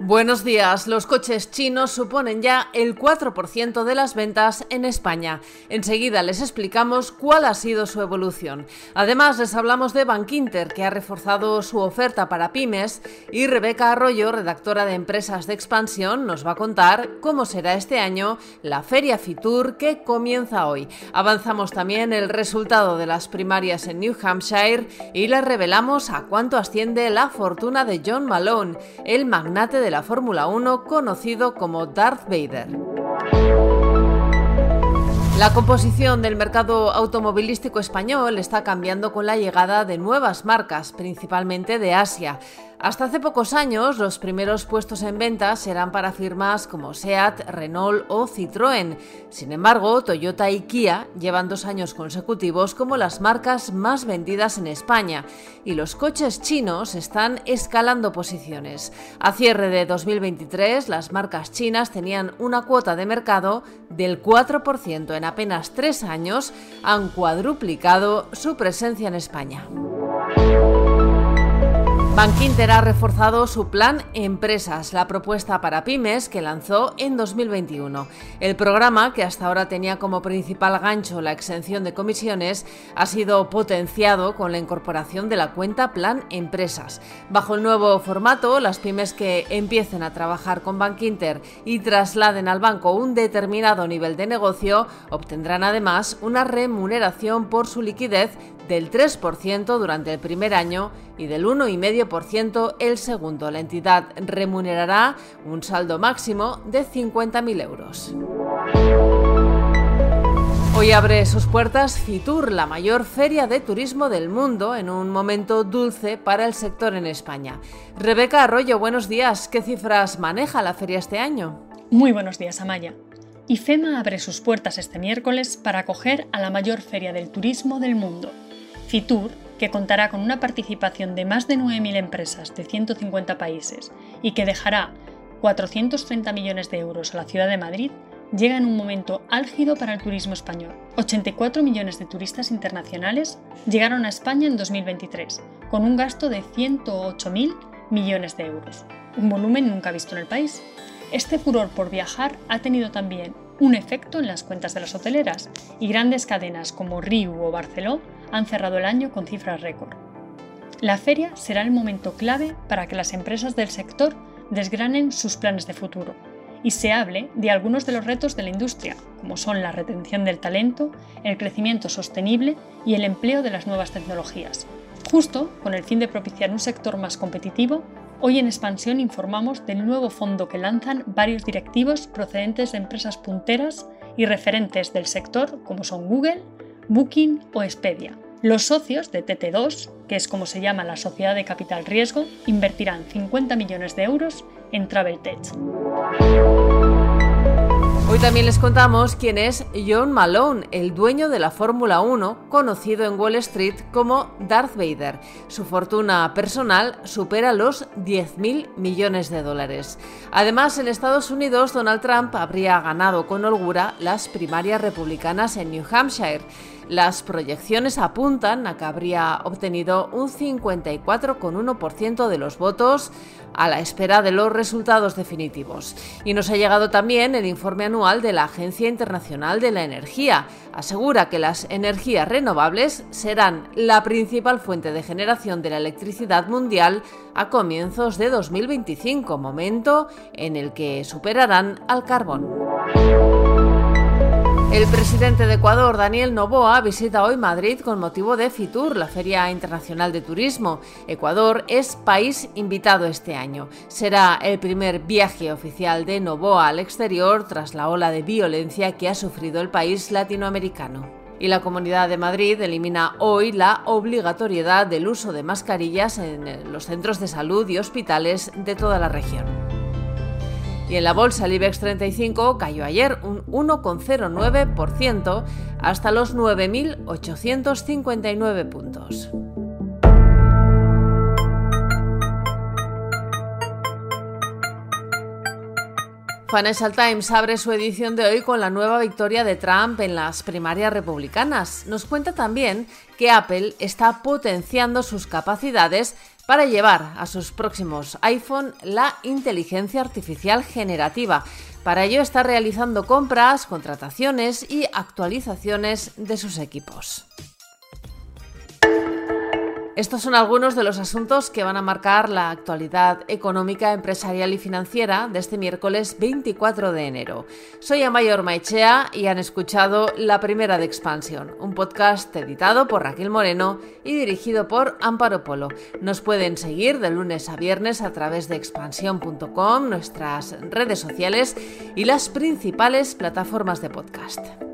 Buenos días. Los coches chinos suponen ya el 4% de las ventas en España. Enseguida les explicamos cuál ha sido su evolución. Además, les hablamos de Bankinter, que ha reforzado su oferta para pymes, y Rebeca Arroyo, redactora de Empresas de Expansión, nos va a contar cómo será este año la Feria Fitur, que comienza hoy. Avanzamos también el resultado de las primarias en New Hampshire y les revelamos a cuánto asciende la fortuna de John Malone, el magnate de la Fórmula 1 conocido como Darth Vader. La composición del mercado automovilístico español está cambiando con la llegada de nuevas marcas, principalmente de Asia. Hasta hace pocos años, los primeros puestos en ventas eran para firmas como SEAT, Renault o Citroën. Sin embargo, Toyota y Kia llevan 2 años consecutivos como las marcas más vendidas en España, y los coches chinos están escalando posiciones. A cierre de 2023, las marcas chinas tenían una cuota de mercado del 4%. En apenas 3 años han cuadruplicado su presencia en España. Bankinter ha reforzado su plan Empresas, la propuesta para pymes que lanzó en 2021. El programa, que hasta ahora tenía como principal gancho la exención de comisiones, ha sido potenciado con la incorporación de la cuenta Plan Empresas. Bajo el nuevo formato, las pymes que empiecen a trabajar con Bankinter y trasladen al banco un determinado nivel de negocio obtendrán además una remuneración por su liquidez del 3% durante el primer año y del 1,5% el segundo. La entidad remunerará un saldo máximo de 50.000 euros. Hoy abre sus puertas Fitur, la mayor feria de turismo del mundo, en un momento dulce para el sector en España. Rebeca Arroyo, buenos días. ¿Qué cifras maneja la feria este año? Muy buenos días, Amaya. IFEMA abre sus puertas este miércoles para acoger a la mayor feria del turismo del mundo. Fitur, que contará con una participación de más de 9.000 empresas de 150 países y que dejará 430 millones de euros a la ciudad de Madrid, llega en un momento álgido para el turismo español. 84 millones de turistas internacionales llegaron a España en 2023, con un gasto de 108.000 millones de euros, un volumen nunca visto en el país. Este furor por viajar ha tenido también un efecto en las cuentas de las hoteleras, y grandes cadenas como Riu o Barceló han cerrado el año con cifras récord. La feria será el momento clave para que las empresas del sector desgranen sus planes de futuro y se hable de algunos de los retos de la industria, como son la retención del talento, el crecimiento sostenible y el empleo de las nuevas tecnologías. Justo con el fin de propiciar un sector más competitivo, hoy en Expansión informamos del nuevo fondo que lanzan varios directivos procedentes de empresas punteras y referentes del sector como son Google, Booking o Expedia. Los socios de TT2, que es como se llama la sociedad de capital riesgo, invertirán 50 millones de euros en Travel Tech. Hoy también les contamos quién es John Malone, el dueño de la Fórmula 1, conocido en Wall Street como Darth Vader. Su fortuna personal supera los 10.000 millones de dólares. Además, en Estados Unidos, Donald Trump habría ganado con holgura las primarias republicanas en New Hampshire. Las proyecciones apuntan a que habría obtenido un 54,1% de los votos, a la espera de los resultados definitivos. Y nos ha llegado también el informe anual de la Agencia Internacional de la Energía. Asegura que las energías renovables serán la principal fuente de generación de la electricidad mundial a comienzos de 2025, momento en el que superarán al carbón. El presidente de Ecuador, Daniel Noboa, visita hoy Madrid con motivo de Fitur, la Feria Internacional de Turismo. Ecuador es país invitado este año. Será el primer viaje oficial de Noboa al exterior tras la ola de violencia que ha sufrido el país latinoamericano. Y la Comunidad de Madrid elimina hoy la obligatoriedad del uso de mascarillas en los centros de salud y hospitales de toda la región. Y en la bolsa, el IBEX 35 cayó ayer un 1,09% hasta los 9.859 puntos. Financial Times abre su edición de hoy con la nueva victoria de Trump en las primarias republicanas. Nos cuenta también que Apple está potenciando sus capacidades para llevar a sus próximos iPhone la inteligencia artificial generativa. Para ello está realizando compras, contrataciones y actualizaciones de sus equipos. Estos son algunos de los asuntos que van a marcar la actualidad económica, empresarial y financiera de este miércoles 24 de enero. Soy Amaia Ormaechea y han escuchado La Primera de Expansión, un podcast editado por Raquel Moreno y dirigido por Amparo Polo. Nos pueden seguir de lunes a viernes a través de expansión.com, nuestras redes sociales y las principales plataformas de podcast.